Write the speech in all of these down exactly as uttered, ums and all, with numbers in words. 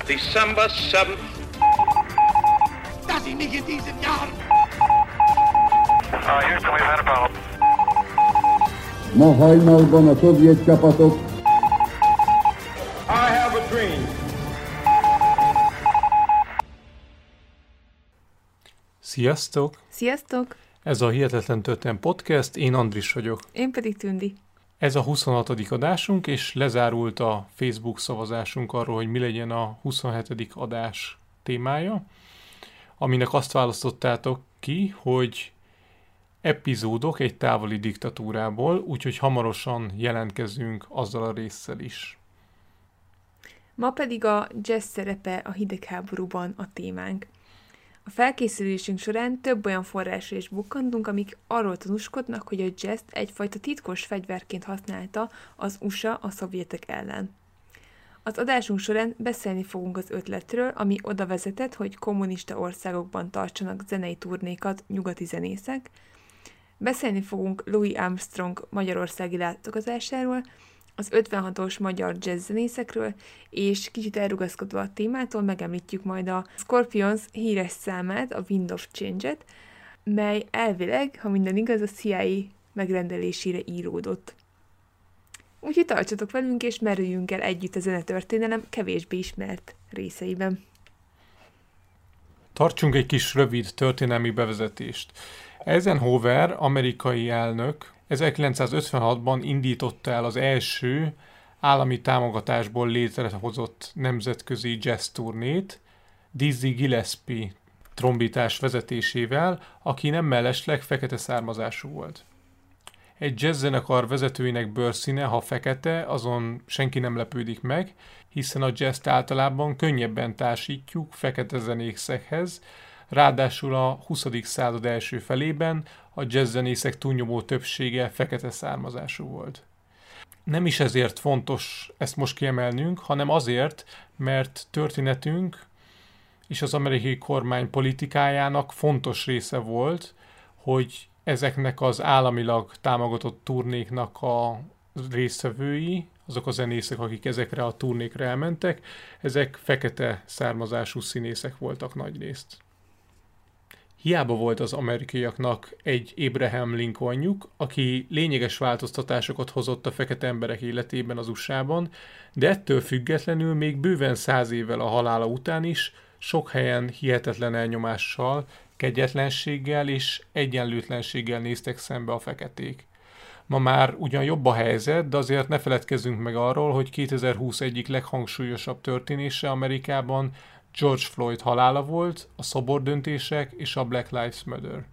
December seventh. Dass ich nicht in diesen Jahren... Uh, Houston, we've had a problem. Ma hajnalban a szovjet csapatok I have a dream. Sziasztok! Sziasztok! Ez a Hihetetlen Történet Podcast, én Andris vagyok. Én pedig Tündi. Ez a huszonhatodik adásunk, és lezárult a Facebook szavazásunk arról, hogy mi legyen a huszonhetedik adás témája, aminek azt választottátok ki, hogy epizódok egy távoli diktatúrából, úgyhogy hamarosan jelentkezünk azzal a résszel is. Ma pedig a jazz szerepe a hidegháborúban a témánk. A felkészülésünk során több olyan forrásra is bukkantunk, amik arról tanúskodnak, hogy a jazzt egyfajta titkos fegyverként használta az u es á a szovjetek ellen. Az adásunk során beszélni fogunk az ötletről, ami oda vezetett, hogy kommunista országokban tartsanak zenei turnékat nyugati zenészek. Beszélni fogunk Louis Armstrong magyarországi látogatásáról, az ötvenhatos magyar jazzzenészekről, és kicsit elrugaszkodva a témától megemlítjük majd a Scorpions híres számát, a Wind of Change-et, mely elvileg, ha minden igaz, a cé i á megrendelésére íródott. Úgyhogy tartsatok velünk, és merüljünk el együtt a zenetörténelem kevésbé ismert részeiben. Tartsunk egy kis rövid történelmi bevezetést. Eisenhower amerikai elnök ezerkilencszázötvenhatban indította el az első állami támogatásból létrehozott nemzetközi jazz turnét Dizzy Gillespie trombitás vezetésével, aki nem mellesleg fekete származású volt. Egy jazzzenekar vezetőinek bőrszíne, ha fekete, azon senki nem lepődik meg, hiszen a jazzt általában könnyebben társítjuk fekete zenészekhez, ráadásul a huszadik század első felében a jazzzenészek túlnyomó többsége fekete származású volt. Nem is ezért fontos ezt most kiemelnünk, hanem azért, mert történetünk és az amerikai kormány politikájának fontos része volt, hogy ezeknek az államilag támogatott turnéknak a résztvevői, azok a zenészek, akik ezekre a turnékra elmentek, ezek fekete származású színészek voltak nagyrészt. Hiába volt az amerikaiaknak egy Abraham Lincolnjuk, aki lényeges változtatásokat hozott a fekete emberek életében az u es á-ban, de ettől függetlenül még bőven száz évvel a halála után is sok helyen hihetetlen elnyomással, kegyetlenséggel és egyenlőtlenséggel néztek szembe a feketék. Ma már ugyan jobb a helyzet, de azért ne feledkezzünk meg arról, hogy kétezer-húsz egyik leghangsúlyosabb történése Amerikában George Floyd halála volt, a szobordöntések és a Black Lives Matter.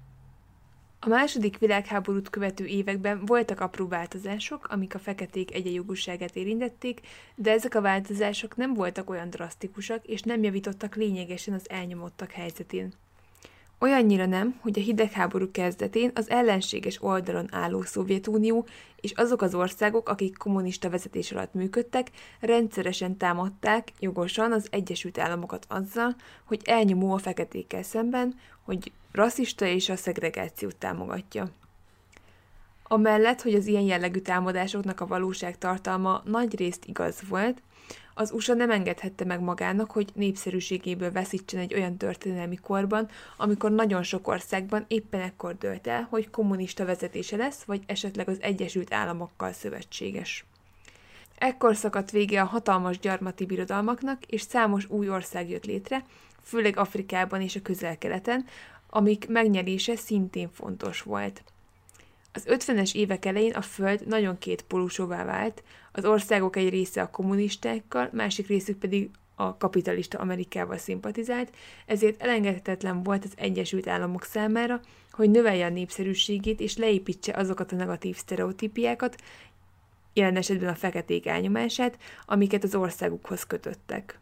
A második világháborút követő években voltak apró változások, amik a feketék egyenjogúságát érintették, de ezek a változások nem voltak olyan drasztikusak, és nem javítottak lényegesen az elnyomottak helyzetén. Olyannyira nem, hogy a hidegháború kezdetén az ellenséges oldalon álló Szovjetunió és azok az országok, akik kommunista vezetés alatt működtek, rendszeresen támadták jogosan az Egyesült Államokat azzal, hogy elnyomó a feketékkel szemben, hogy rasszista és a szegregációt támogatja. Amellett, hogy az ilyen jellegű támadásoknak a valóság tartalma nagyrészt igaz volt, az u es á nem engedhette meg magának, hogy népszerűségéből veszítsen egy olyan történelmi korban, amikor nagyon sok országban éppen ekkor dőlt el, hogy kommunista vezetése lesz, vagy esetleg az Egyesült Államokkal szövetséges. Ekkor szakadt vége a hatalmas gyarmati birodalmaknak, és számos új ország jött létre, főleg Afrikában és a Közel-Keleten, amik megnyerése szintén fontos volt. Az ötvenes évek elején a föld nagyon kétpólusúvá vált, az országok egy része a kommunistákkal, másik részük pedig a kapitalista Amerikával szimpatizált, ezért elengedhetetlen volt az Egyesült Államok számára, hogy növelje a népszerűségét és leépítse azokat a negatív sztereotípiákat, jelen esetben a feketék elnyomását, amiket az országukhoz kötöttek.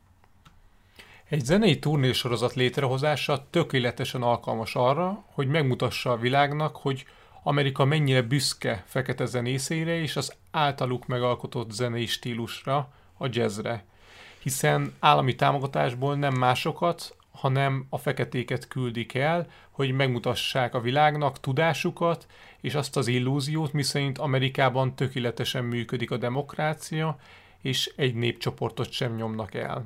Egy zenei turnésorozat létrehozása tökéletesen alkalmas arra, hogy megmutassa a világnak, hogy Amerika mennyire büszke fekete zenészére és az általuk megalkotott zenei stílusra, a jazzre. Hiszen állami támogatásból nem másokat, hanem a feketéket küldik el, hogy megmutassák a világnak tudásukat, és azt az illúziót, miszerint Amerikában tökéletesen működik a demokrácia, és egy népcsoportot sem nyomnak el.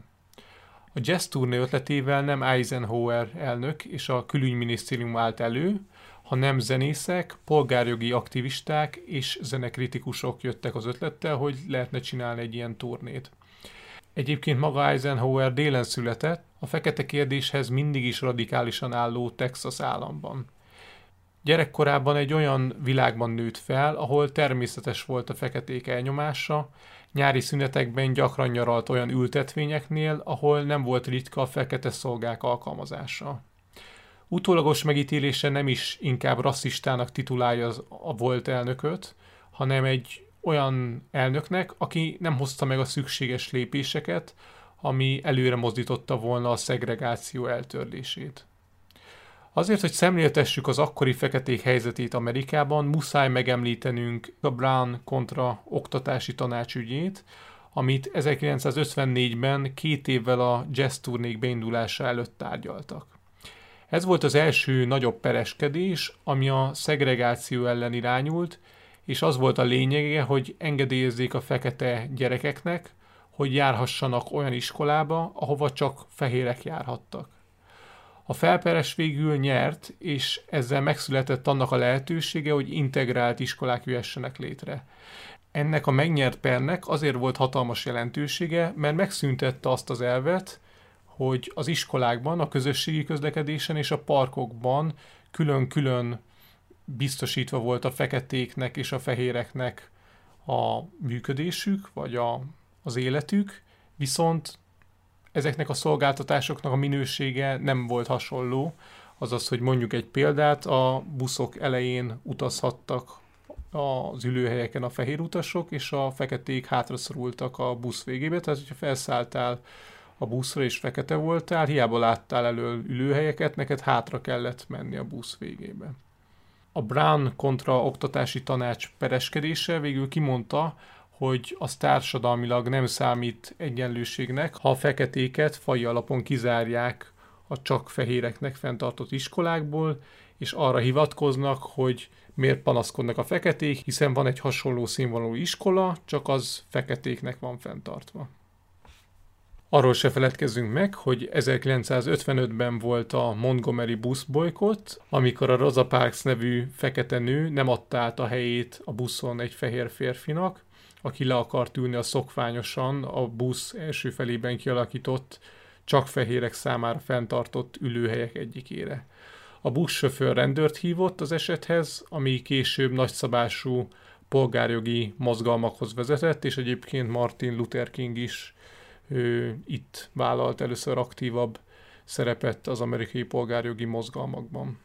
A jazz turné ötletével nem Eisenhower elnök és a külügyminisztérium állt elő, hanem zenészek, polgárjogi aktivisták és zenekritikusok jöttek az ötlettel, hogy lehetne csinálni egy ilyen turnét. Egyébként maga Eisenhower délen született, a fekete kérdéshez mindig is radikálisan álló Texas államban. Gyerekkorában egy olyan világban nőtt fel, ahol természetes volt a feketék elnyomása, nyári szünetekben gyakran nyaralt olyan ültetvényeknél, ahol nem volt ritka a fekete szolgák alkalmazása. Utólagos megítélése nem is inkább rasszistának titulálja a volt elnököt, hanem egy olyan elnöknek, aki nem hozta meg a szükséges lépéseket, ami előre mozdította volna a szegregáció eltörlését. Azért, hogy szemléltessük az akkori feketék helyzetét Amerikában, muszáj megemlítenünk a Brown kontra oktatási tanács ügyét, amit ezerkilencszázötvennégyben két évvel a jazz turnék beindulása előtt tárgyaltak. Ez volt az első nagyobb pereskedés, ami a szegregáció ellen irányult, és az volt a lényege, hogy engedélyezzék a fekete gyerekeknek, hogy járhassanak olyan iskolába, ahova csak fehérek járhattak. A felperes végül nyert, és ezzel megszületett annak a lehetősége, hogy integrált iskolák jöhessenek létre. Ennek a megnyert pernek azért volt hatalmas jelentősége, mert megszüntette azt az elvet, hogy az iskolákban, a közösségi közlekedésen és a parkokban külön-külön biztosítva volt a feketéknek és a fehéreknek a működésük, vagy a, az életük, viszont ezeknek a szolgáltatásoknak a minősége nem volt hasonló, azaz, hogy mondjuk egy példát, a buszok elején utazhattak az ülőhelyeken a fehér utasok, és a feketék hátraszorultak a busz végébe, tehát hogyha felszálltál a buszra és fekete voltál, hiába láttál elől ülőhelyeket, neked hátra kellett menni a busz végébe. A Brown kontra oktatási tanács pereskedése végül kimondta, hogy az társadalmilag nem számít egyenlőségnek, ha a feketéket faji alapon kizárják a csak fehéreknek fenntartott iskolákból, és arra hivatkoznak, hogy miért panaszkodnak a feketék, hiszen van egy hasonló színvonalú iskola, csak az feketéknek van fenntartva. Arról se feledkezzünk meg, hogy ezerkilencszázötvenötben volt a Montgomery buszbolykott, amikor a Rosa Parks nevű fekete nő nem adta át a helyét a buszon egy fehér férfinak, aki le akart ülni a szokványosan a busz első felében kialakított, csak fehérek számára fenntartott ülőhelyek egyikére. A buszsofőr rendőrt hívott az esethez, ami később nagyszabású polgárjogi mozgalmakhoz vezetett, és egyébként Martin Luther King is ő, itt vállalt először aktívabb szerepet az amerikai polgárjogi mozgalmakban.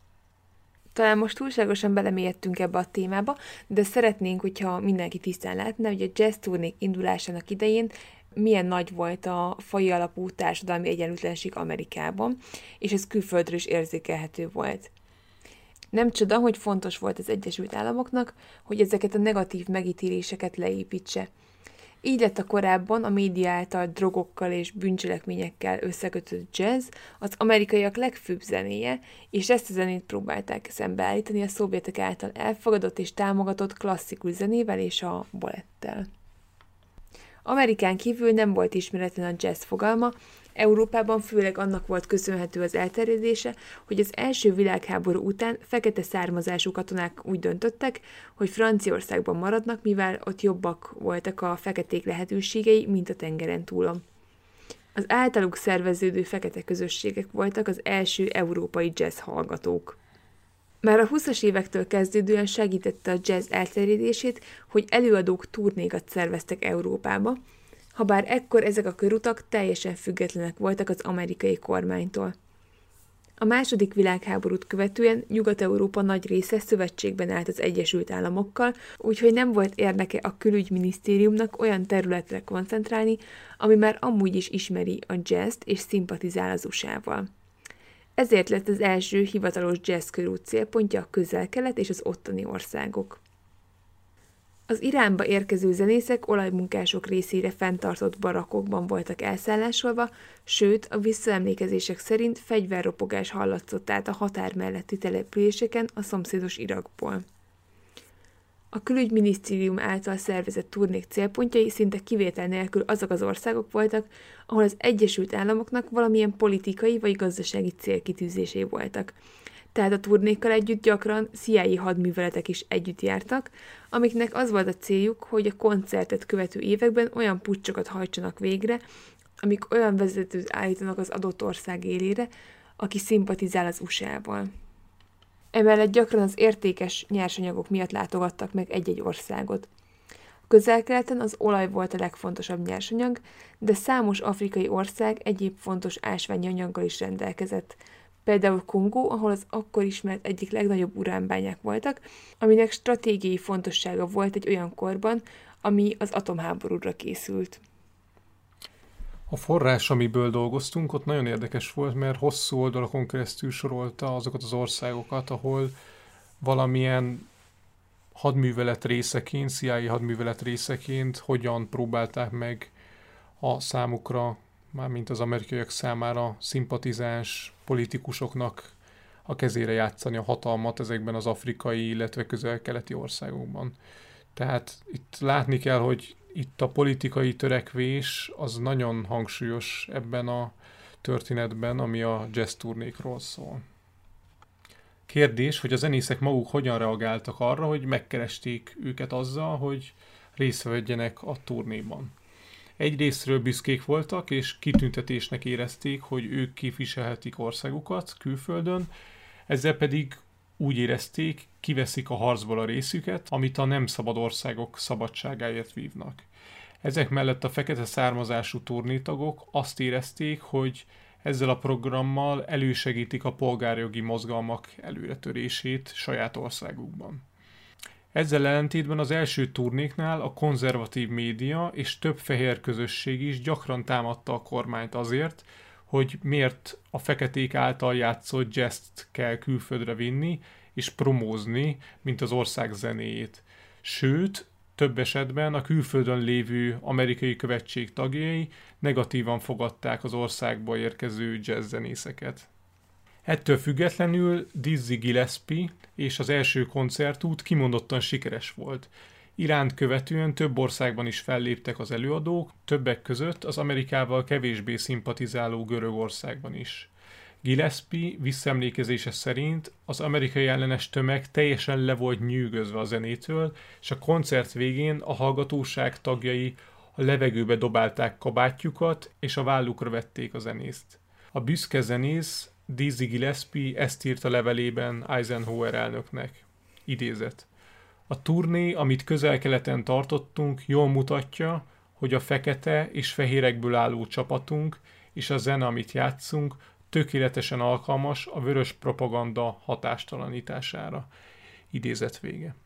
Talán most túlságosan belemélyedtünk ebbe a témába, de szeretnénk, hogyha mindenki tisztán látna, hogy a jazz turnék indulásának idején milyen nagy volt a faji alapú társadalmi egyenlőtlenség Amerikában, és ez külföldről is érzékelhető volt. Nem csoda, hogy fontos volt az Egyesült Államoknak, hogy ezeket a negatív megítéléseket leépítse. Így lett a korábban a média által drogokkal és bűncselekményekkel összekötött jazz az amerikaiak legfőbb zenéje, és ezt a zenét próbálták szembeállítani a szovjetek által elfogadott és támogatott klasszikus zenével és a balettel. Amerikán kívül nem volt ismeretlen a jazz fogalma, Európában főleg annak volt köszönhető az elterjedése, hogy az első világháború után fekete származású katonák úgy döntöttek, hogy Franciaországban maradnak, mivel ott jobbak voltak a feketék lehetőségei, mint a tengeren túlon. Az általuk szerveződő fekete közösségek voltak az első európai jazz hallgatók. Már a huszas évektől kezdődően segítette a jazz elterjedését, hogy előadók turnékat szerveztek Európába, habár ekkor ezek a körutak teljesen függetlenek voltak az amerikai kormánytól. A második világháborút követően Nyugat-Európa nagy része szövetségben állt az Egyesült Államokkal, úgyhogy nem volt érdeke a külügyminisztériumnak olyan területre koncentrálni, ami már amúgy is ismeri a jazzt és szimpatizál az u es á-val. Ezért lett az első hivatalos jazz körút célpontja a Közel-Kelet és az ottani országok. Az Iránba érkező zenészek olajmunkások részére fenntartott barakkokban voltak elszállásolva, sőt, a visszaemlékezések szerint fegyverropogás hallatszott át a határ melletti településeken a szomszédos Irakból. A külügyminisztérium által szervezett turnék célpontjai szinte kivétel nélkül azok az országok voltak, ahol az Egyesült Államoknak valamilyen politikai vagy gazdasági célkitűzésé voltak. Tehát a turnékkal együtt gyakran C I A hadműveletek is együtt jártak, amiknek az volt a céljuk, hogy a koncertet követő években olyan puccsokat hajtsanak végre, amik olyan vezetőt állítanak az adott ország élére, aki szimpatizál az u es á-val. Emellett gyakran az értékes nyersanyagok miatt látogattak meg egy-egy országot. A Közel-Keleten az olaj volt a legfontosabb nyersanyag, de számos afrikai ország egyéb fontos ásványi anyaggal is rendelkezett. Például Kongó, ahol az akkor ismert egyik legnagyobb uránbányák voltak, aminek stratégiai fontossága volt egy olyan korban, ami az atomháborúra készült. A forrás, amiből dolgoztunk, ott nagyon érdekes volt, mert hosszú oldalakon keresztül sorolta azokat az országokat, ahol valamilyen hadművelet részeként, C I A hadművelet részeként hogyan próbálták meg a számukra, mármint az amerikaiak számára szimpatizáns politikusoknak a kezére játszani a hatalmat ezekben az afrikai, illetve közel-keleti országokban. Tehát itt látni kell, hogy itt a politikai törekvés az nagyon hangsúlyos ebben a történetben, ami a jazz turnékról szól. Kérdés, hogy a zenészek maguk hogyan reagáltak arra, hogy megkeresték őket azzal, hogy részt vegyenek a turnéban. Egyrésztről büszkék voltak, és kitüntetésnek érezték, hogy ők képviselhetik országukat külföldön, ezzel pedig úgy érezték, kiveszik a harcból a részüket, amit a nem szabad országok szabadságáért vívnak. Ezek mellett a fekete származású turnétagok azt érezték, hogy ezzel a programmal elősegítik a polgárjogi mozgalmak előretörését saját országukban. Ezzel ellentétben az első turnéknál a konzervatív média és több fehér közösség is gyakran támadta a kormányt azért, hogy miért a feketék által játszott jazzt kell külföldre vinni és promózni, mint az ország zenéjét. Sőt, több esetben a külföldön lévő amerikai követség tagjai negatívan fogadták az országba érkező jazzzenészeket. Ettől függetlenül Dizzy Gillespie és az első koncertút kimondottan sikeres volt. Iránt követően több országban is felléptek az előadók, többek között az Amerikával kevésbé szimpatizáló Görögországban is. Gillespie visszaemlékezése szerint az amerikai ellenes tömeg teljesen le volt nyűgözve a zenétől, és a koncert végén a hallgatóság tagjai a levegőbe dobálták kabátjukat, és a vállukra vették a zenészt. A büszke zenész Dizzy Gillespie ezt írt a levelében Eisenhower elnöknek. Idézet. A turné, amit közel-keleten tartottunk, jól mutatja, hogy a fekete és fehérekből álló csapatunk és a zene, amit játszunk, tökéletesen alkalmas a vörös propaganda hatástalanítására. Idézet vége.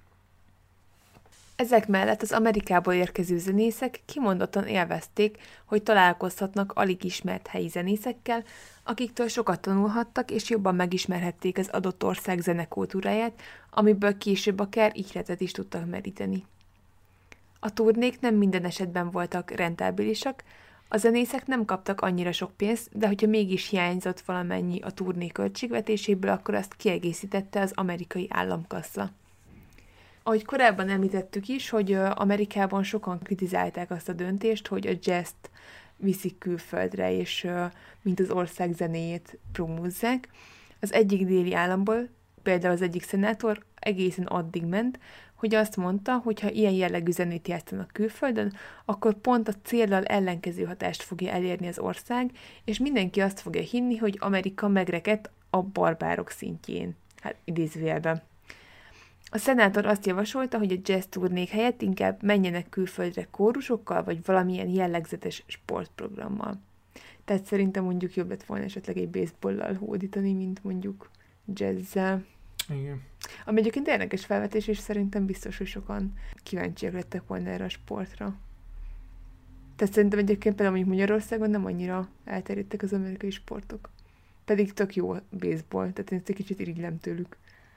Ezek mellett az Amerikából érkező zenészek kimondottan élvezték, hogy találkozhatnak alig ismert helyi zenészekkel, akiktől sokat tanulhattak és jobban megismerhették az adott ország zenekultúráját, amiből később akár ihletet is tudtak meríteni. A turnék nem minden esetben voltak rentábilisak, a zenészek nem kaptak annyira sok pénzt, de hogyha mégis hiányzott valamennyi a turné költségvetéséből, akkor azt kiegészítette az amerikai államkassa. Ahogy korábban említettük is, hogy Amerikában sokan kritizálták azt a döntést, hogy a jazzt viszik külföldre, és mint az ország zenéjét promózzák. Az egyik déli államból, például az egyik szenátor egészen addig ment, hogy azt mondta, hogy ha ilyen jellegű zenét játszanak külföldön, akkor pont a céllal ellenkező hatást fogja elérni az ország, és mindenki azt fogja hinni, hogy Amerika megrekedt a barbárok szintjén. Hát idézőjelben. A szenátor azt javasolta, hogy a jazz turnék helyett inkább menjenek külföldre kórusokkal, vagy valamilyen jellegzetes sportprogrammal. Tehát szerintem mondjuk jobb lett volna esetleg egy baseballlal hódítani, mint mondjuk jazzzel. Igen. Ami egyébként érdekes felvetés, és szerintem biztos, hogy sokan kíváncsiak lettek volna erre a sportra. Tehát szerintem egyébként például mondjuk Magyarországon nem annyira elterjedtek az amerikai sportok. Pedig tök jó baseball, tehát én ezt egy kicsit irigylem tőlük.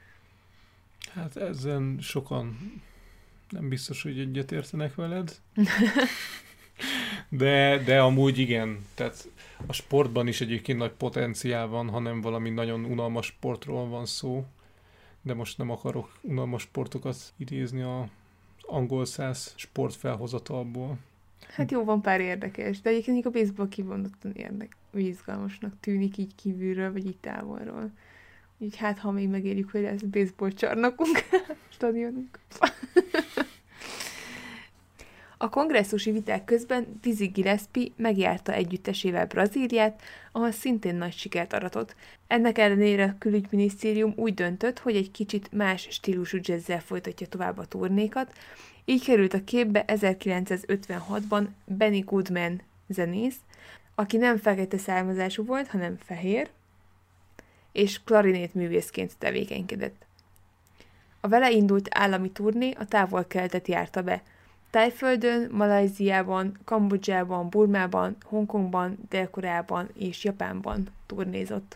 Hát ezen sokan nem biztos, hogy egyet értenek veled. De, de amúgy igen, tehát a sportban is egyébként nagy potenciál van, hanem valami nagyon unalmas sportról van szó. De most nem akarok unalmas sportokat idézni a angol száz sportfelhozatalból. Hát jó, van pár érdekes, de egyébként a baseball kimondottan érdek, izgalmasnak tűnik így kívülről, vagy így távolról. Így hát, ha még megérjük, hogy lesz baseball csarnokunk, stadionunk. A kongresszusi viták közben Dizzy Gillespie megjárta együttesével Brazíliát, ahol szintén nagy sikert aratott. Ennek ellenére a külügyminisztérium úgy döntött, hogy egy kicsit más stílusú jazzzel folytatja tovább a turnékat, így került a képbe ezerkilencszázötvenhatban Benny Goodman zenész, aki nem fekete származású volt, hanem fehér, és klarinét művészként tevékenykedett. A vele indult állami turné a távol-keletet járta be. Tájföldön, Malajziában, Kambodzsában, Burmában, Hongkongban, Dél-Koreában és Japánban turnézott.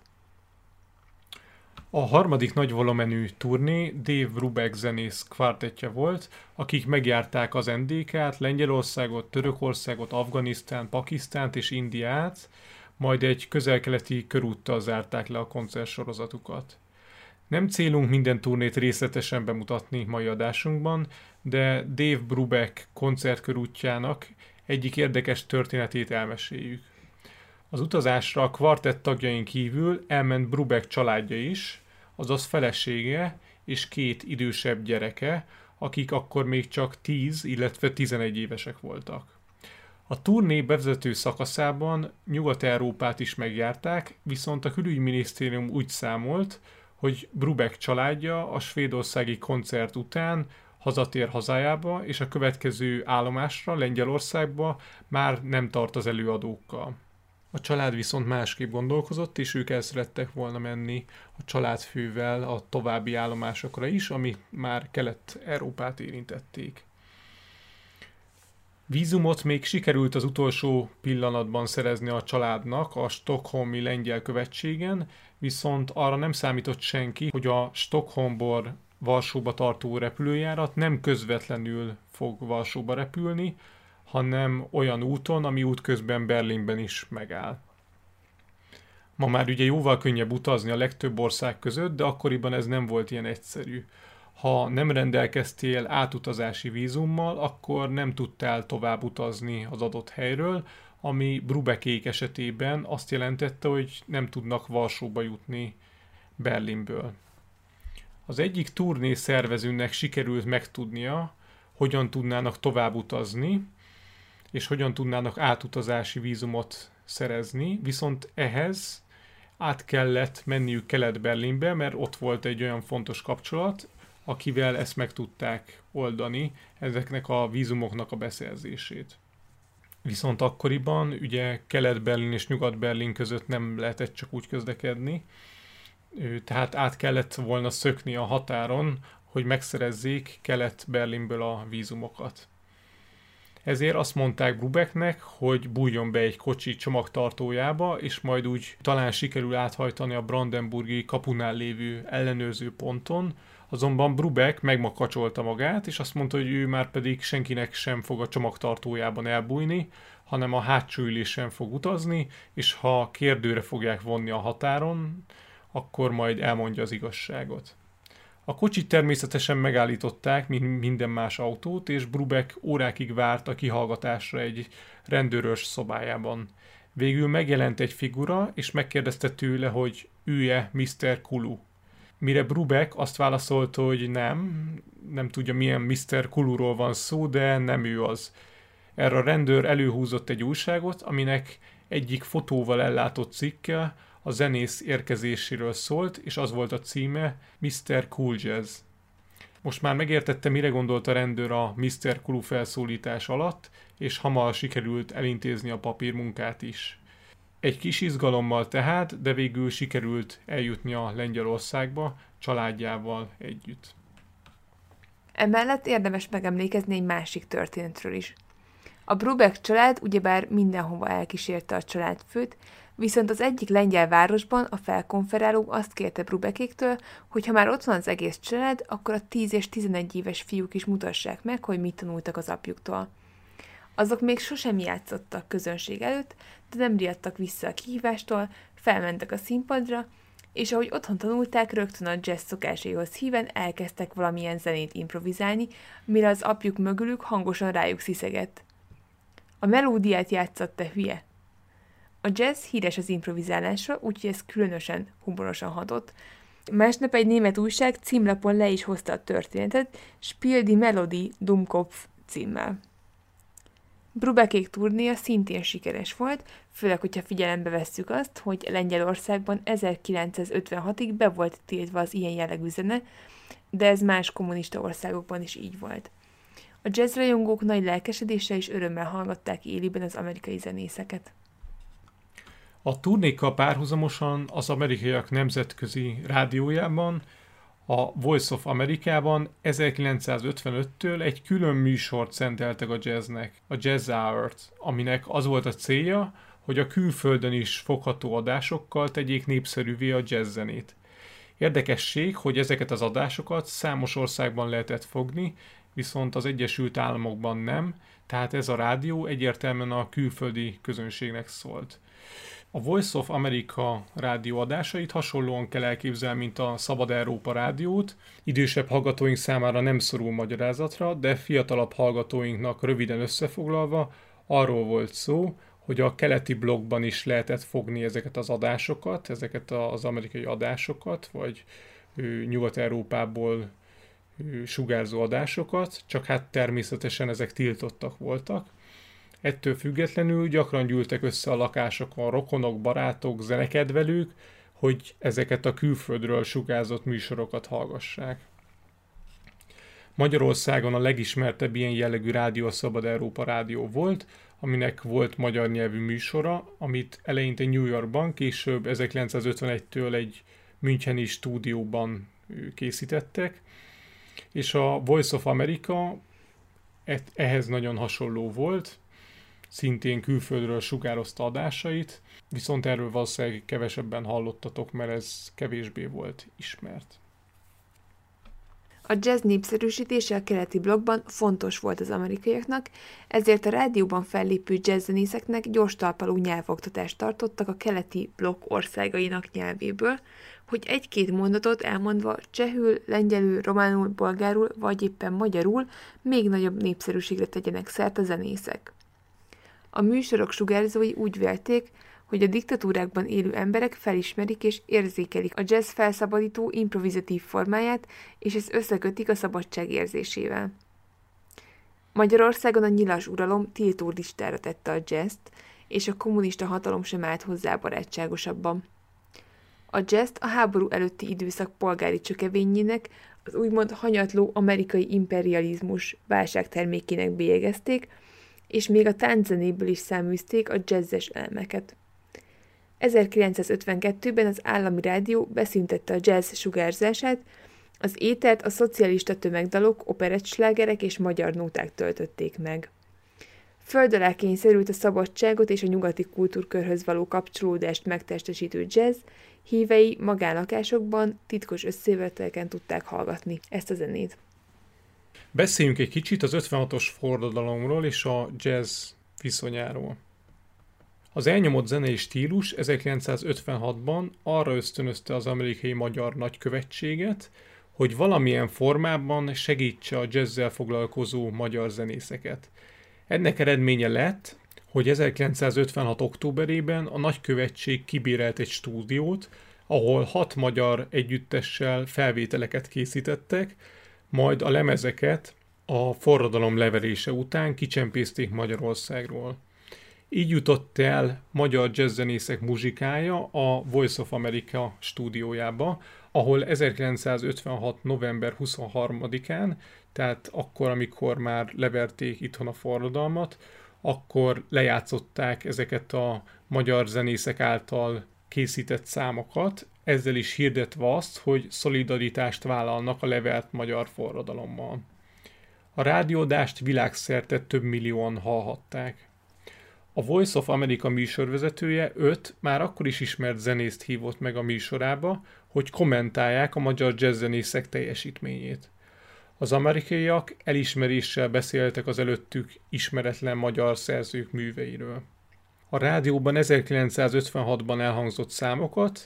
A harmadik nagy volumenű turné Dave Brubeck zenész kvartettje volt, akik megjárták az en dé ká-t, Lengyelországot, Törökországot, Afganisztán, Pakisztánt és Indiát, majd egy közel-keleti körúttal zárták le a koncertsorozatukat. Nem célunk minden turnét részletesen bemutatni mai adásunkban, de Dave Brubeck koncertkörútjának egyik érdekes történetét elmeséljük. Az utazásra a kvartett tagjain kívül elment Brubeck családja is, azaz felesége és két idősebb gyereke, akik akkor még csak tíz, illetve tizenegy évesek voltak. A turné bevezető szakaszában Nyugat-Európát is megjárták, viszont a külügyminisztérium úgy számolt, hogy Brubeck családja a svédországi koncert után hazatér hazájába, és a következő állomásra, Lengyelországba már nem tart az előadókkal. A család viszont másképp gondolkozott, és ők el szerettek volna menni a családfővel a további állomásokra is, ami már Kelet-Európát érintették. Vízumot még sikerült az utolsó pillanatban szerezni a családnak a stockholmi lengyel követségen, viszont arra nem számított senki, hogy a Stockholmból Varsóba tartó repülőjárat nem közvetlenül fog Varsóba repülni, hanem olyan úton, ami útközben Berlinben is megáll. Ma már ugye jóval könnyebb utazni a legtöbb ország között, de akkoriban ez nem volt ilyen egyszerű. Ha nem rendelkeztél átutazási vízummal, akkor nem tudtál tovább utazni az adott helyről, ami Brubeckék esetében azt jelentette, hogy nem tudnak Varsóba jutni Berlinből. Az egyik turné szervezőnek sikerült megtudnia, hogyan tudnának tovább utazni, és hogyan tudnának átutazási vízumot szerezni, viszont ehhez át kellett menniük Kelet-Berlinbe, mert ott volt egy olyan fontos kapcsolat, akivel ezt meg tudták oldani, ezeknek a vízumoknak a beszerzését. Viszont akkoriban ugye Kelet-Berlin és Nyugat-Berlin között nem lehetett csak úgy közlekedni, tehát át kellett volna szökni a határon, hogy megszerezzék Kelet-Berlinből a vízumokat. Ezért azt mondták Brubecknek, hogy bújjon be egy kocsi csomagtartójába, és majd úgy talán sikerül áthajtani a brandenburgi kapunál lévő ellenőrző ponton, azonban Brubeck megmakacsolta magát, és azt mondta, hogy ő már pedig senkinek sem fog a csomagtartójában elbújni, hanem a hátsó ülésen fog utazni, és ha kérdőre fogják vonni a határon, akkor majd elmondja az igazságot. A kocsit természetesen megállították, mint minden más autót, és Brubeck órákig várt a kihallgatásra egy rendőrös szobájában. Végül megjelent egy figura, és megkérdezte tőle, hogy ő-e miszter Kulu. Mire Brubeck azt válaszolta, hogy nem, nem tudja milyen miszter Kuluról van szó, de nem ő az. Erre a rendőr előhúzott egy újságot, aminek egyik fotóval ellátott cikke a zenész érkezéséről szólt, és az volt a címe miszter Cool Jazz. Most már megértette, mire gondolt a rendőr a miszter Kulu felszólítás alatt, és hamar sikerült elintézni a papírmunkát is. Egy kis izgalommal tehát, de végül sikerült eljutni a Lengyelországba családjával együtt. Emellett érdemes megemlékezni egy másik történetről is. A Brubeck család ugyebár mindenhova elkísérte a családfőt, viszont az egyik lengyel városban a felkonferáló azt kérte Brubeckéktől, hogy ha már ott van az egész család, akkor a tíz és tizenegy éves fiúk is mutassák meg, hogy mit tanultak az apjuktól. Azok még sosem játszottak közönség előtt, de nem riadtak vissza a kihívástól, felmentek a színpadra, és ahogy otthon tanulták, rögtön a jazz szokásaihoz híven elkezdtek valamilyen zenét improvizálni, mire az apjuk mögülük hangosan rájuk sziszegett. A melódiát játszott, te hülye! A jazz híres az improvizálásra, úgyhogy ez különösen humorosan hatott. Másnap egy német újság címlapon le is hozta a történetet, Spiel die Melodie Dummkopf címmel. Brubekék turnéja szintén sikeres volt, főleg, hogyha figyelembe vesszük azt, hogy Lengyelországban ezerkilencszázötvenhatig be volt tiltva az ilyen jellegű zene, de ez más kommunista országokban is így volt. A jazzrajongók nagy lelkesedéssel és örömmel hallgatták élőben az amerikai zenészeket. A turnékkal párhuzamosan az amerikaiak nemzetközi rádiójában, a Voice of Amerikában ezerkilencszázötvenöttől egy külön műsort szenteltek a jazznek, a Jazz Hour-t, aminek az volt a célja, hogy a külföldön is fogható adásokkal tegyék népszerűvé a jazzzenét. Érdekesség, hogy ezeket az adásokat számos országban lehetett fogni, viszont az Egyesült Államokban nem, tehát ez a rádió egyértelműen a külföldi közönségnek szólt. A Voice of America rádióadásait hasonlóan kell elképzelni, mint a Szabad Európa rádiót. Idősebb hallgatóink számára nem szorul magyarázatra, de fiatalabb hallgatóinknak röviden összefoglalva arról volt szó, hogy a keleti blokkban is lehetett fogni ezeket az adásokat, ezeket az amerikai adásokat, vagy Nyugat-Európából sugárzó adásokat, csak hát természetesen ezek tiltottak voltak. Ettől függetlenül gyakran gyűltek össze a lakásokon rokonok, barátok, zenekedvelők, hogy ezeket a külföldről sugárzott műsorokat hallgassák. Magyarországon a legismertebb ilyen jellegű rádió a Szabad Európa rádió volt, aminek volt magyar nyelvű műsora, amit eleinte New Yorkban, később ezerkilencszázötvenegytől egy müncheni stúdióban készítettek, és a Voice of America ehhez nagyon hasonló volt, szintén külföldről sugározta adásait, viszont erről valószínűleg kevesebben hallottatok, mert ez kevésbé volt ismert. A jazz népszerűsítése a keleti blokkban fontos volt az amerikaiaknak, ezért a rádióban fellépő jazzzenészeknek gyors talpaló nyelvoktatást tartottak a keleti blokk országainak nyelvéből, hogy egy-két mondatot elmondva csehül, lengyelül, románul, bolgárul vagy éppen magyarul még nagyobb népszerűségre tegyenek szert a zenészek. A műsorok sugárzói úgy vélték, hogy a diktatúrákban élő emberek felismerik és érzékelik a jazz felszabadító improvizatív formáját, és ezt összekötik a szabadság érzésével. Magyarországon a nyilas uralom tiltó listára tette a jazzt, és a kommunista hatalom sem állt hozzá barátságosabban. A jazzt a háború előtti időszak polgári csökevényének, az úgymond hanyatló amerikai imperializmus válságtermékének bélyegezték, és még a tánczenéből is száműzték a jazzes elemeket. ezerkilencszázötvenkettőben az állami rádió beszüntette a jazz sugárzását, az étert a szocialista tömegdalok, operettslágerek és magyar nóták töltötték meg. Föld alá kényszerült a szabadságot és a nyugati kultúrkörhöz való kapcsolódást megtestesítő jazz, hívei magánlakásokban, titkos összejöveteleken tudták hallgatni ezt a zenét. Beszéljünk egy kicsit az ötvenhatos forradalomról és a jazz viszonyáról. Az elnyomott zenei stílus ezerkilencszázötvenhatban arra ösztönözte az amerikai magyar nagykövetséget, hogy valamilyen formában segítse a jazzzel foglalkozó magyar zenészeket. Ennek eredménye lett, hogy ezerkilencszázötvenhat októberében a nagykövetség kibérelt egy stúdiót, ahol hat magyar együttessel felvételeket készítettek, majd a lemezeket a forradalom leverése után kicsempészték Magyarországról. Így jutott el magyar jazzzenészek muzsikája a Voice of America stúdiójába, ahol ezerkilencszázötvenhat november huszonharmadikán, tehát akkor, amikor már leverték itthon a forradalmat, akkor lejátszották ezeket a magyar zenészek által készített számokat, ezzel is hirdetve azt, hogy szolidaritást vállalnak a levert magyar forradalommal. A rádióadást világszerte több millióan hallhatták. A Voice of America műsorvezetője öt már akkor is ismert zenészt hívott meg a műsorába, hogy kommentálják a magyar jazzzenészek teljesítményét. Az amerikaiak elismeréssel beszéltek az előttük ismeretlen magyar szerzők műveiről. A rádióban ezerkilencszázötvenhatban elhangzott számokat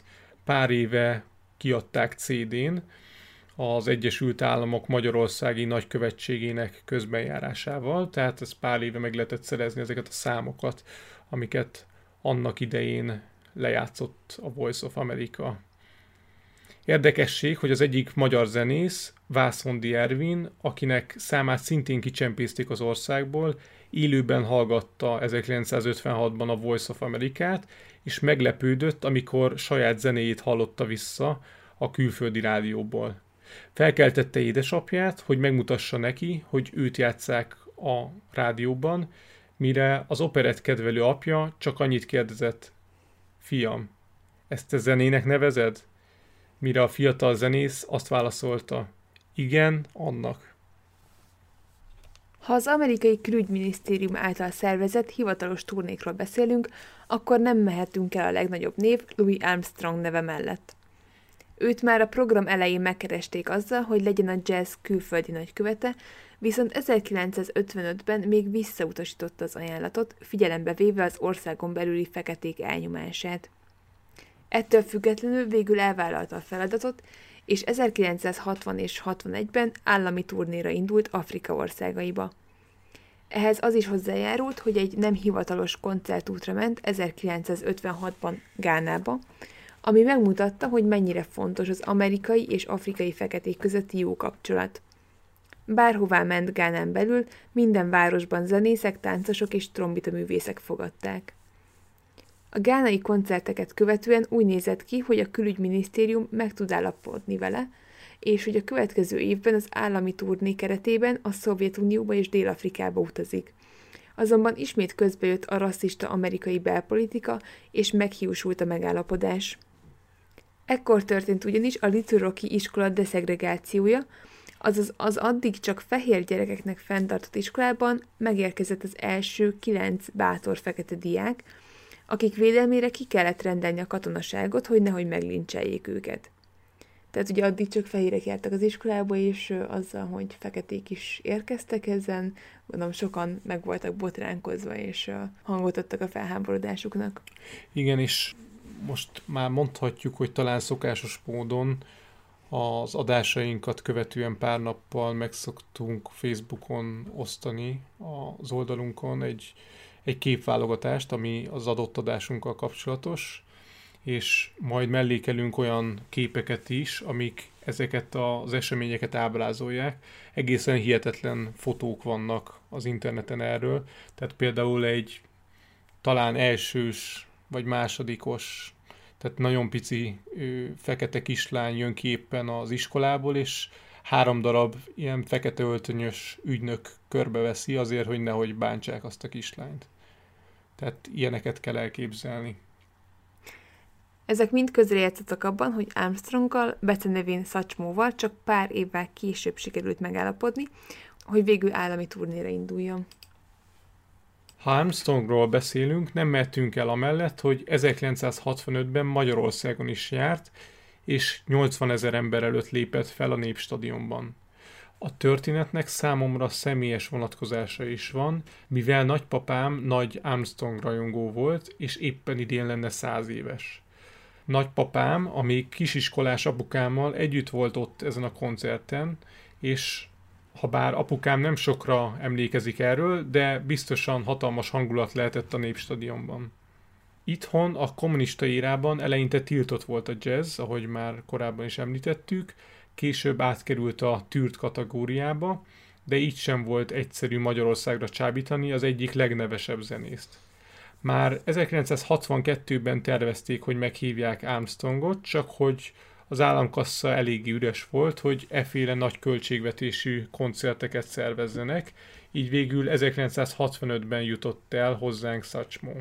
pár éve kiadták cé dén az Egyesült Államok Magyarországi Nagykövetségének közbenjárásával, tehát ez pár éve meg lehetett szerezni ezeket a számokat, amiket annak idején lejátszott a Voice of America. Érdekesség, hogy az egyik magyar zenész, Vászondi Ervin, akinek számát szintén kicsempészték az országból, élőben hallgatta ezerkilencszázötvenhatban a Voice of Americát, és meglepődött, amikor saját zenéjét hallotta vissza a külföldi rádióból. Felkeltette édesapját, hogy megmutassa neki, hogy őt játsszák a rádióban, mire az operett kedvelő apja csak annyit kérdezett: fiam, ezt te zenének nevezed? Mire a fiatal zenész azt válaszolta: igen, annak. Ha az amerikai külügyminisztérium által szervezett hivatalos turnékról beszélünk, akkor nem mehetünk el a legnagyobb név, Louis Armstrong neve mellett. Őt már a program elején megkeresték azzal, hogy legyen a jazz külföldi nagykövete, viszont ezerkilencszázötvenötben még visszautasította az ajánlatot, figyelembe véve az országon belüli feketék elnyomását. Ettől függetlenül végül elvállalta a feladatot, és ezerkilencszázhatvan és hatvanegyben állami turnéra indult Afrika országaiba. Ehhez az is hozzájárult, hogy egy nem hivatalos koncertútra ment ezerkilencszázötvenhatban Gánába, ami megmutatta, hogy mennyire fontos az amerikai és afrikai feketék közötti jó kapcsolat. Bárhová ment Gánán belül, minden városban zenészek, táncosok és trombitaművészek fogadták. A gánai koncerteket követően úgy nézett ki, hogy a külügyminisztérium meg tud állapodni vele, és hogy a következő évben az állami turné keretében a Szovjetunióba és Dél-Afrikába utazik. Azonban ismét közbejött a rasszista amerikai belpolitika, és meghiúsult a megállapodás. Ekkor történt ugyanis a Little Rocky iskola deszegregációja, azaz az addig csak fehér gyerekeknek fenntartott iskolában megérkezett az első kilenc bátor fekete diák, akik védelmére ki kellett rendelni a katonaságot, hogy nehogy meglincseljék őket. Tehát ugye addig csak fehérek jártak az iskolába, és azzal, hogy feketék is érkeztek ezen, gondolom sokan meg voltak botránkozva, és hangot adtak a felháborodásuknak. Igen, és most már mondhatjuk, hogy talán szokásos módon az adásainkat követően pár nappal megszoktunk Facebookon osztani az oldalunkon egy, egy képválogatást, ami az adott adásunkkal kapcsolatos, és majd mellékelünk olyan képeket is, amik ezeket az eseményeket ábrázolják. Egészen hihetetlen fotók vannak az interneten erről, tehát például egy talán elsős vagy másodikos, tehát nagyon pici ő, fekete kislány jön ki éppen az iskolából, és három darab ilyen fekete öltönyös ügynök körbeveszi azért, hogy nehogy bántsák azt a kislányt. Tehát ilyeneket kell elképzelni. Ezek mind közrejátszottak abban, hogy Armstronggal, becenevén Satchmóval csak pár évvel később sikerült megállapodni, hogy végül állami turnéra induljon. Ha Armstrongról beszélünk, nem mehetünk el amellett, hogy ezerkilencszázhatvanötben Magyarországon is járt, és nyolcvanezer ember előtt lépett fel a Népstadionban. A történetnek számomra személyes vonatkozása is van, mivel nagypapám nagy Armstrong rajongó volt, és éppen idén lenne száz éves. Nagypapám, a még kisiskolás apukámmal együtt volt ott ezen a koncerten, és ha bár apukám nem sokra emlékezik erről, de biztosan hatalmas hangulat lehetett a Népstadionban. Itthon a kommunista érában eleinte tiltott volt a jazz, ahogy már korábban is említettük, később átkerült a tűrt kategóriába, de így sem volt egyszerű Magyarországra csábítani az egyik legnevesebb zenészt. Már ezerkilencszázhatvankettőben tervezték, hogy meghívják Armstrongot, csak hogy az államkassa eléggé üres volt, hogy efféle nagy költségvetésű koncerteket szervezzenek, így végül ezerkilencszázhatvanötben jutott el hozzánk Satchmo.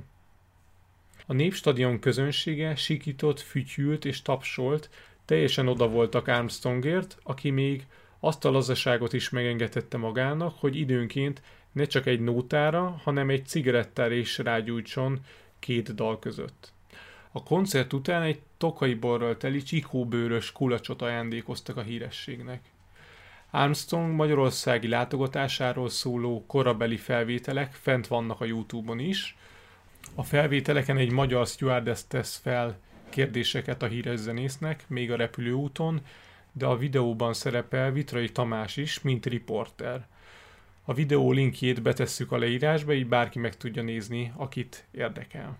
A Népstadion közönsége sikított, fütyült és tapsolt, teljesen oda voltak Armstrongért, aki még azt a lazaságot is megengedhette magának, hogy időnként ne csak egy nótára, hanem egy cigarettára is rágyújtson két dal között. A koncert után egy tokai borral teli csikóbőrös kulacsot ajándékoztak a hírességnek. Armstrong magyarországi látogatásáról szóló korabeli felvételek fent vannak a YouTube-on is. A felvételeken egy magyar stewardess tesz fel kérdéseket a híres zenésznek, még a repülőúton, de a videóban szerepel Vitrai Tamás is, mint riporter. A videó linkjét betesszük a leírásba, így bárki meg tudja nézni, akit érdekel.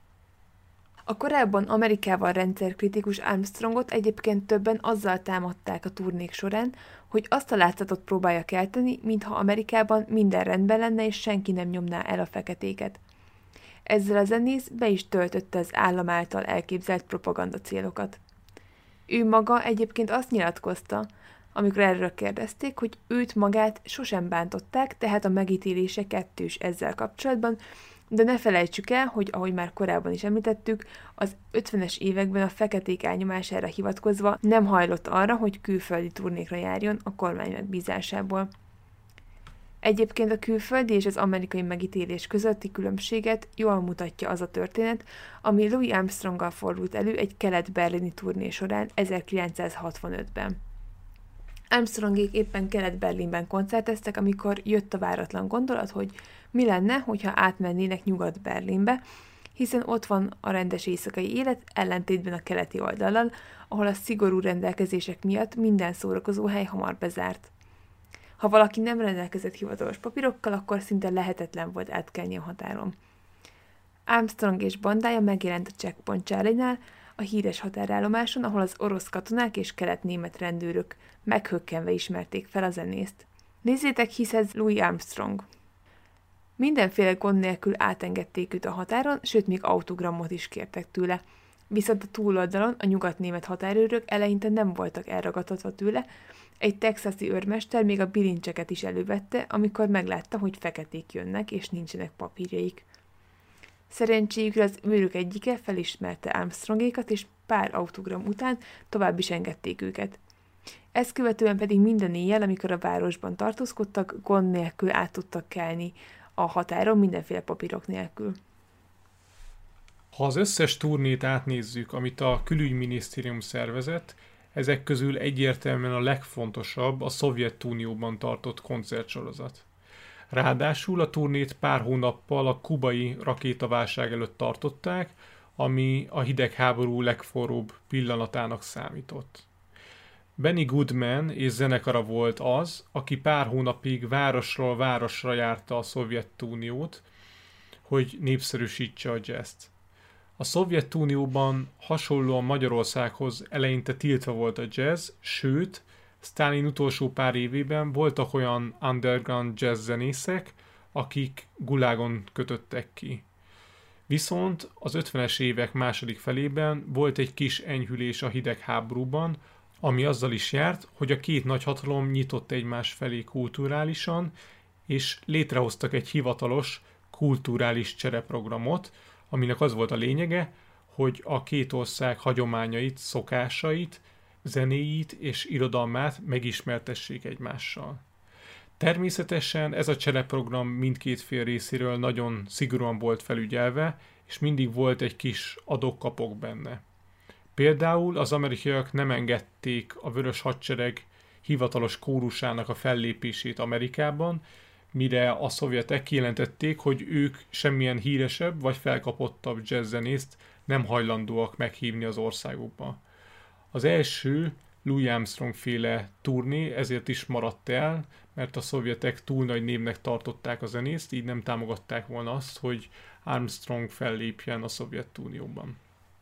A korábban Amerikával rendszerkritikus Armstrongot egyébként többen azzal támadták a turnék során, hogy azt a látszatot próbálja kelteni, mintha Amerikában minden rendben lenne és senki nem nyomná el a feketéket. Ezzel a zenész be is töltötte az állam által elképzelt propaganda célokat. Ő maga egyébként azt nyilatkozta, amikor erről kérdezték, hogy őt magát sosem bántották, tehát a megítélése kettős ezzel kapcsolatban, de ne felejtsük el, hogy ahogy már korábban is említettük, az ötvenes években a feketék elnyomására hivatkozva nem hajlott arra, hogy külföldi turnékra járjon a kormány megbízásából. Egyébként a külföldi és az amerikai megítélés közötti különbséget jól mutatja az a történet, ami Louis Armstronggal fordult elő egy kelet-berlini turné során ezerkilencszázhatvanötben. Armstrongék éppen Kelet-Berlinben koncerteztek, amikor jött a váratlan gondolat, hogy mi lenne, hogyha átmennének Nyugat-Berlinbe, hiszen ott van a rendes éjszakai élet, ellentétben a keleti oldallal, ahol a szigorú rendelkezések miatt minden szórakozóhely hamar bezárt. Ha valaki nem rendelkezett hivatalos papírokkal, akkor szinte lehetetlen volt átkelni a határon. Armstrong és bandája megjelent a Checkpoint Charlie-nál, a híres határállomáson, ahol az orosz katonák és kelet-német rendőrök meghökkenve ismerték fel a zenészt. Nézzétek, hisz ez Louis Armstrong. Mindenféle gond nélkül átengedték őt a határon, sőt még autogramot is kértek tőle. Viszont a túloldalon a nyugat-német határőrök eleinte nem voltak elragadtatva tőle, egy texasi őrmester még a bilincseket is elővette, amikor meglátta, hogy feketék jönnek és nincsenek papírjaik. Szerencséjükre az őrök egyike felismerte Armstrongékat, és pár autogram után tovább is engedték őket. Ezt követően pedig minden éjjel, amikor a városban tartózkodtak, gond nélkül át tudtak kelni a határon mindenféle papírok nélkül. Ha az összes turnét átnézzük, amit a külügyminisztérium szervezett, ezek közül egyértelműen a legfontosabb a Szovjetunióban tartott koncertsorozat. Ráadásul a turnét pár hónappal a kubai rakétaválság előtt tartották, ami a hidegháború legforróbb pillanatának számított. Benny Goodman és zenekara volt az, aki pár hónapig városról városra járta a Szovjetuniót, hogy népszerűsítse a jazzt. A Szovjetunióban hasonlóan Magyarországhoz eleinte tiltva volt a jazz, sőt, Sztálin utolsó pár évében voltak olyan underground jazz zenészek, akik gulágon kötöttek ki. Viszont az ötvenes évek második felében volt egy kis enyhülés a hidegháborúban, ami azzal is járt, hogy a két nagyhatalom nyitott egymás felé kulturálisan, és létrehoztak egy hivatalos kulturális csereprogramot, aminek az volt a lényege, hogy a két ország hagyományait, szokásait, zenéit és irodalmát megismertessék egymással. Természetesen ez a csereprogram mindkét fél részéről nagyon szigorúan volt felügyelve, és mindig volt egy kis adok-kapok benne. Például az amerikaiak nem engedték a Vörös Hadsereg hivatalos kórusának a fellépését Amerikában, mire a szovjetek kijelentették, hogy ők semmilyen híresebb vagy felkapottabb jazzzenészt nem hajlandóak meghívni az országukba. Az első Louis Armstrong féle turné ezért is maradt el, mert a szovjetek túl nagy névnek tartották a zenészt, így nem támogatták volna azt, hogy Armstrong fellépjen a Szovjetunióban.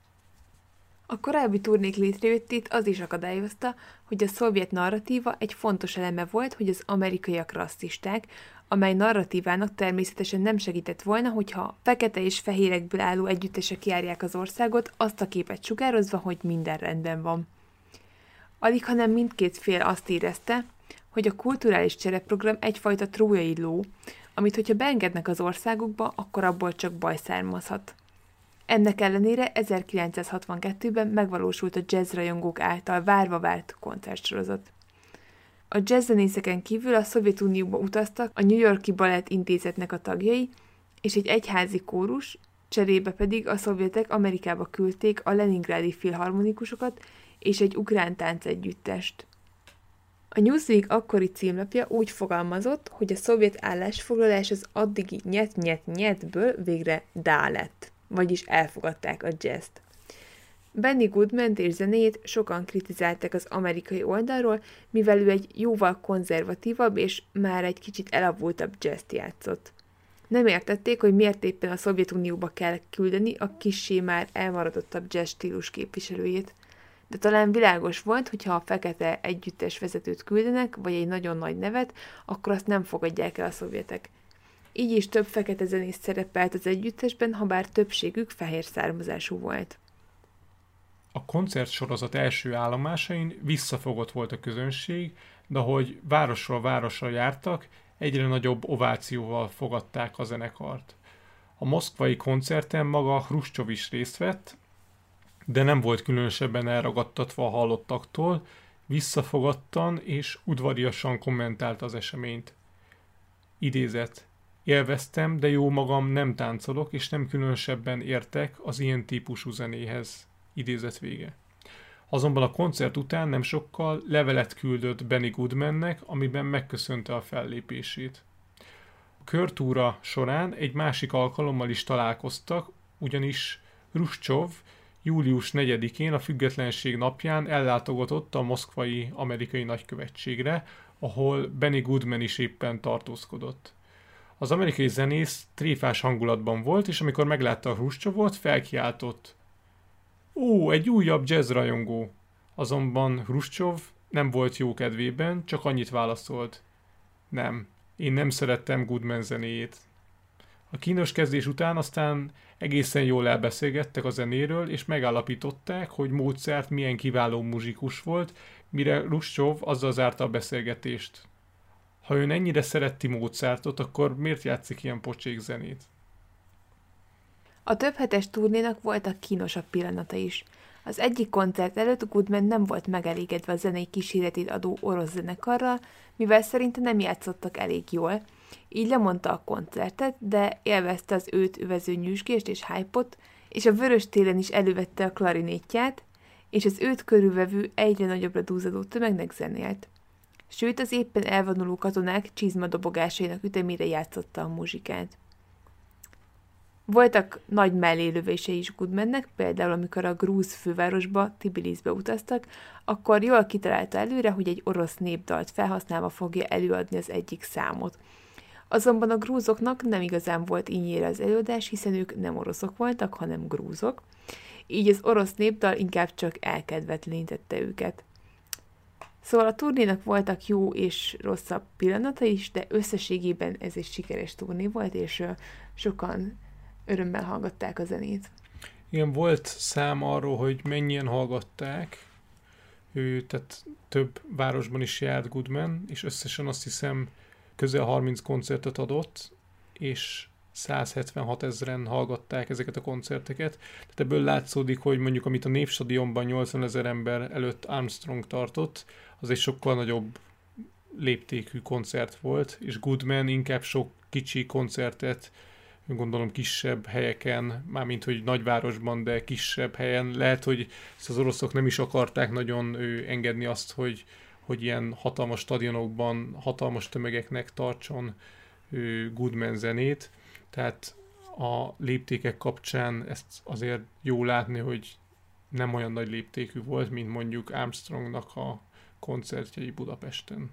A korábbi turnék létrejöttét az is akadályozta, hogy a szovjet narratíva egy fontos eleme volt, hogy az amerikaiak rasszisták, amely narratívának természetesen nem segített volna, hogyha fekete és fehérekből álló együttesek járják az országot, azt a képet sugározva, hogy minden rendben van. Alig, hanem mindkét fél azt érezte, hogy a kulturális csereprogram egyfajta trójai ló, amit hogyha beengednek az országukba, akkor abból csak baj származhat. Ennek ellenére ezerkilencszázhatvankettőben megvalósult a jazzrajongók által várva várt koncertsorozat. A jazzzenészeken kívül a Szovjetunióba utaztak a New York-i Balett Intézetnek a tagjai, és egy egyházi kórus, cserébe pedig a szovjetek Amerikába küldték a leningrádi filharmonikusokat és egy ukrán táncegyüttest. A Newsweek akkori címlapja úgy fogalmazott, hogy a szovjet állásfoglalás az addigi nyet-nyet-nyetből végre dá lett, vagyis elfogadták a jazzt. Benny Goodmant és zenéjét sokan kritizálták az amerikai oldalról, mivel ő egy jóval konzervatívabb és már egy kicsit elavultabb jazzt játszott. Nem értették, hogy miért éppen a Szovjetunióba kell küldeni a kissé már elmaradottabb jazz stílus képviselőjét. De talán világos volt, hogy ha a fekete együttes vezetőt küldenek, vagy egy nagyon nagy nevet, akkor azt nem fogadják el a szovjetek. Így is több fekete zenész szerepelt az együttesben, habár többségük fehér származású volt. A koncertsorozat első állomásain visszafogott volt a közönség, de ahogy városról városra jártak, egyre nagyobb ovációval fogadták a zenekart. A moszkvai koncerten maga Hruscsov is részt vett, de nem volt különösebben elragadtatva a hallottaktól, visszafogadtan és udvariasan kommentálta az eseményt. Idézet: élveztem, de jó magam nem táncolok, és nem különösebben értek az ilyen típusú zenéhez. Idézet vége. Azonban a koncert után nem sokkal levelet küldött Benny Goodmannek, amiben megköszönte a fellépését. A körtúra során egy másik alkalommal is találkoztak, ugyanis Hruscsov július negyedikén a Függetlenség napján ellátogatott a moszkvai amerikai nagykövetségre, ahol Benny Goodman is éppen tartózkodott. Az amerikai zenész tréfás hangulatban volt, és amikor meglátta a Hruscsovot, felkiáltott: Ó, egy újabb jazzrajongó! Azonban Hruscsov nem volt jó kedvében, csak annyit válaszolt: Nem, én nem szerettem Goodman zenéjét. A kínos kezdés után aztán egészen jól elbeszélgettek a zenéről, és megállapították, hogy Mozart milyen kiváló muzsikus volt, mire Hruscsov azzal zárta a beszélgetést: Ha ön ennyire szereti Mozartot, akkor miért játszik ilyen pocsék zenét? A többhetes turnénak voltak kínosabb pillanata is. Az egyik koncert előtt Goodman nem volt megelégedve a zenei kíséretét adó orosz zenekarral, mivel szerinte nem játszottak elég jól, így lemondta a koncertet, de élvezte az őt övező nyüzsgést és hype-ot, és a Vörös téren is elővette a klarinétját, és az őt körülvevő egyre nagyobbra dúzadó tömegnek zenélt. Sőt, az éppen elvonuló katonák csizmadobogásainak ütemére játszotta a muzsikát. Voltak nagy mellélövései is Goodmannek, például amikor a grúz fővárosba, Tbiliszibe utaztak, akkor jól kitalálta előre, hogy egy orosz népdalt felhasználva fogja előadni az egyik számot. Azonban a grúzoknak nem igazán volt ínyére az előadás, hiszen ők nem oroszok voltak, hanem grúzok, így az orosz népdal inkább csak elkedvetlenítette őket. Szóval a turnénak voltak jó és rosszabb pillanata is, de összességében ez egy sikeres turné volt, és sokan örömmel hallgatták a zenét. Igen, volt szám arról, hogy mennyien hallgatták. Ő, tehát több városban is járt Goodman, és összesen azt hiszem közel harminc koncertet adott, és száz hetvenhat ezren hallgatták ezeket a koncerteket. Tehát ebből látszódik, hogy mondjuk amit a Népstadionban nyolcvan ezer ember előtt Armstrong tartott, az egy sokkal nagyobb léptékű koncert volt, és Goodman inkább sok kicsi koncertet, gondolom kisebb helyeken, mármint hogy nagyvárosban, de kisebb helyen. Lehet, hogy az oroszok nem is akarták nagyon ő, engedni azt, hogy, hogy ilyen hatalmas stadionokban hatalmas tömegeknek tartson ő, Goodman zenét. Tehát a léptékek kapcsán ezt azért jó látni, hogy nem olyan nagy léptékű volt, mint mondjuk Armstrongnak a koncertjei Budapesten.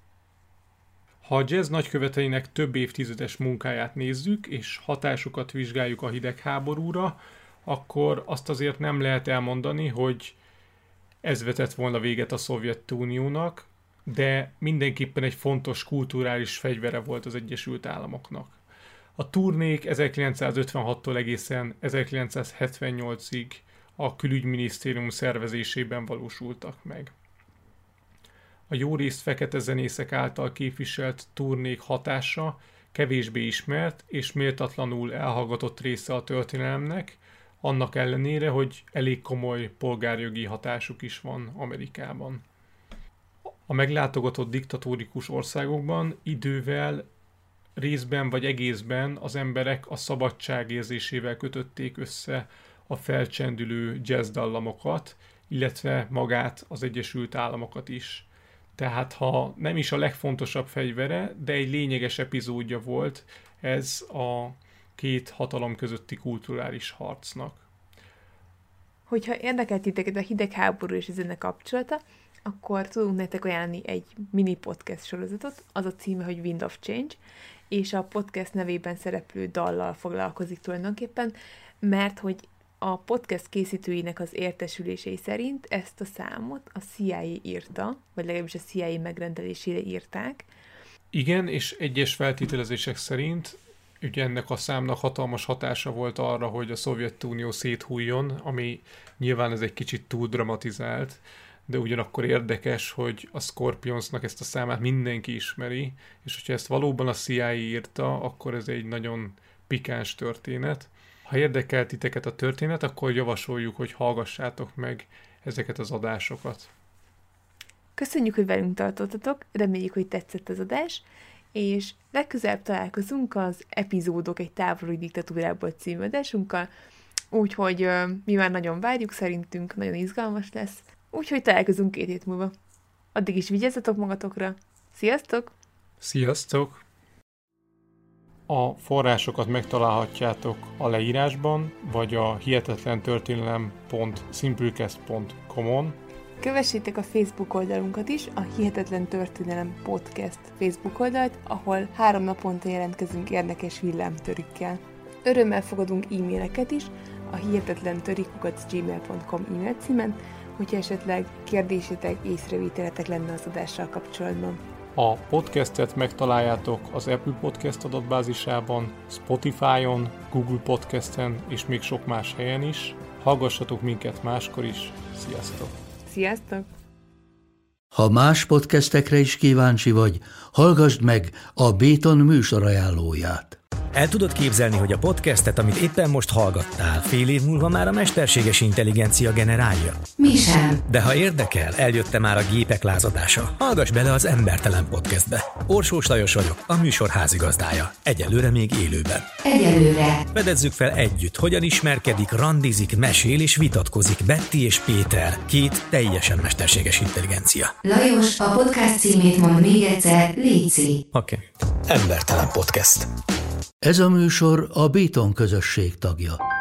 Ha a jazz nagyköveteinek több évtizedes munkáját nézzük, és hatásukat vizsgáljuk a hidegháborúra, akkor azt azért nem lehet elmondani, hogy ez vetett volna véget a Szovjetuniónak, de mindenképpen egy fontos kulturális fegyvere volt az Egyesült Államoknak. A turnék ezerkilencszázötvenhattól egészen ezerkilencszázhetvennyolcig a külügyminisztérium szervezésében valósultak meg. A jórészt fekete zenészek által képviselt turnék hatása kevésbé ismert és méltatlanul elhallgatott része a történelemnek, annak ellenére, hogy elég komoly polgárjogi hatásuk is van Amerikában. A meglátogatott diktatórikus országokban idővel részben vagy egészben az emberek a szabadság érzésével kötötték össze a felcsendülő jazz-dallamokat, illetve magát az Egyesült Államokat is. Tehát ha nem is a legfontosabb fegyvere, de egy lényeges epizódja volt ez a két hatalom közötti kulturális harcnak. Hogyha érdekel titeket a hidegháború és ezen kapcsolata, akkor tudunk nektek ajánlani egy mini podcast sorozatot, az a címe, hogy Wind of Change, és a podcast nevében szereplő dallal foglalkozik tulajdonképpen, mert hogy a podcast készítőinek az értesülései szerint ezt a számot a C I A írta, vagy legalábbis a C I A megrendelésére írták. Igen, és egyes feltételezések szerint ugye ennek a számnak hatalmas hatása volt arra, hogy a Szovjetunió széthújjon, ami nyilván ez egy kicsit túl dramatizált, de ugyanakkor érdekes, hogy a Scorpionsnak ezt a számát mindenki ismeri, és hogyha ezt valóban a C I A írta, akkor ez egy nagyon pikáns történet. Ha érdekel titeket a történet, akkor javasoljuk, hogy hallgassátok meg ezeket az adásokat. Köszönjük, hogy velünk tartottatok, reméljük, hogy tetszett az adás, és legközelebb találkozunk az Epizódok egy távoli diktatúrából című adásunkkal, úgyhogy uh, mi már nagyon várjuk, szerintünk nagyon izgalmas lesz, úgyhogy találkozunk két hét múlva. Addig is vigyázzatok magatokra. Sziasztok! Sziasztok! A forrásokat megtalálhatjátok a leírásban, vagy a hihetetlentörténelem pont simplecast pont com-on. Kövessétek a Facebook oldalunkat is, a Hihetetlen Történelem Podcast Facebook oldalt, ahol három naponta jelentkezünk érdekes villámtörükkel. Örömmel fogadunk e-maileket is a hihetetlentörök kukac gmail pont com e-mail címen, hogyha esetleg kérdésetek, észrevételetek lenne az adással kapcsolatban. A podcastet megtaláljátok az Apple Podcast adatbázisában, Spotify-on, Google Podcasten és még sok más helyen is. Hallgassatok minket máskor is. Sziasztok! Sziasztok! Ha más podcastekre is kíváncsi vagy, hallgassd meg a Béton műsor ajánlóját. El tudod képzelni, hogy a podcastet, amit éppen most hallgattál, fél év múlva már a mesterséges intelligencia generálja? Mi sem. De ha érdekel, eljött már a gépek lázadása. Hallgass bele az Embertelen Podcastbe. Orsós Lajos vagyok, a műsor házigazdája. Egyelőre még élőben. Egyelőre. Fedezzük fel együtt, hogyan ismerkedik, randizik, mesél és vitatkozik Betty és Péter, két teljesen mesterséges intelligencia. Lajos, a podcast címét mond még egyszer, léci. Oké. Okay. Embertelen Podcast. Ez a műsor a Béton közösség tagja.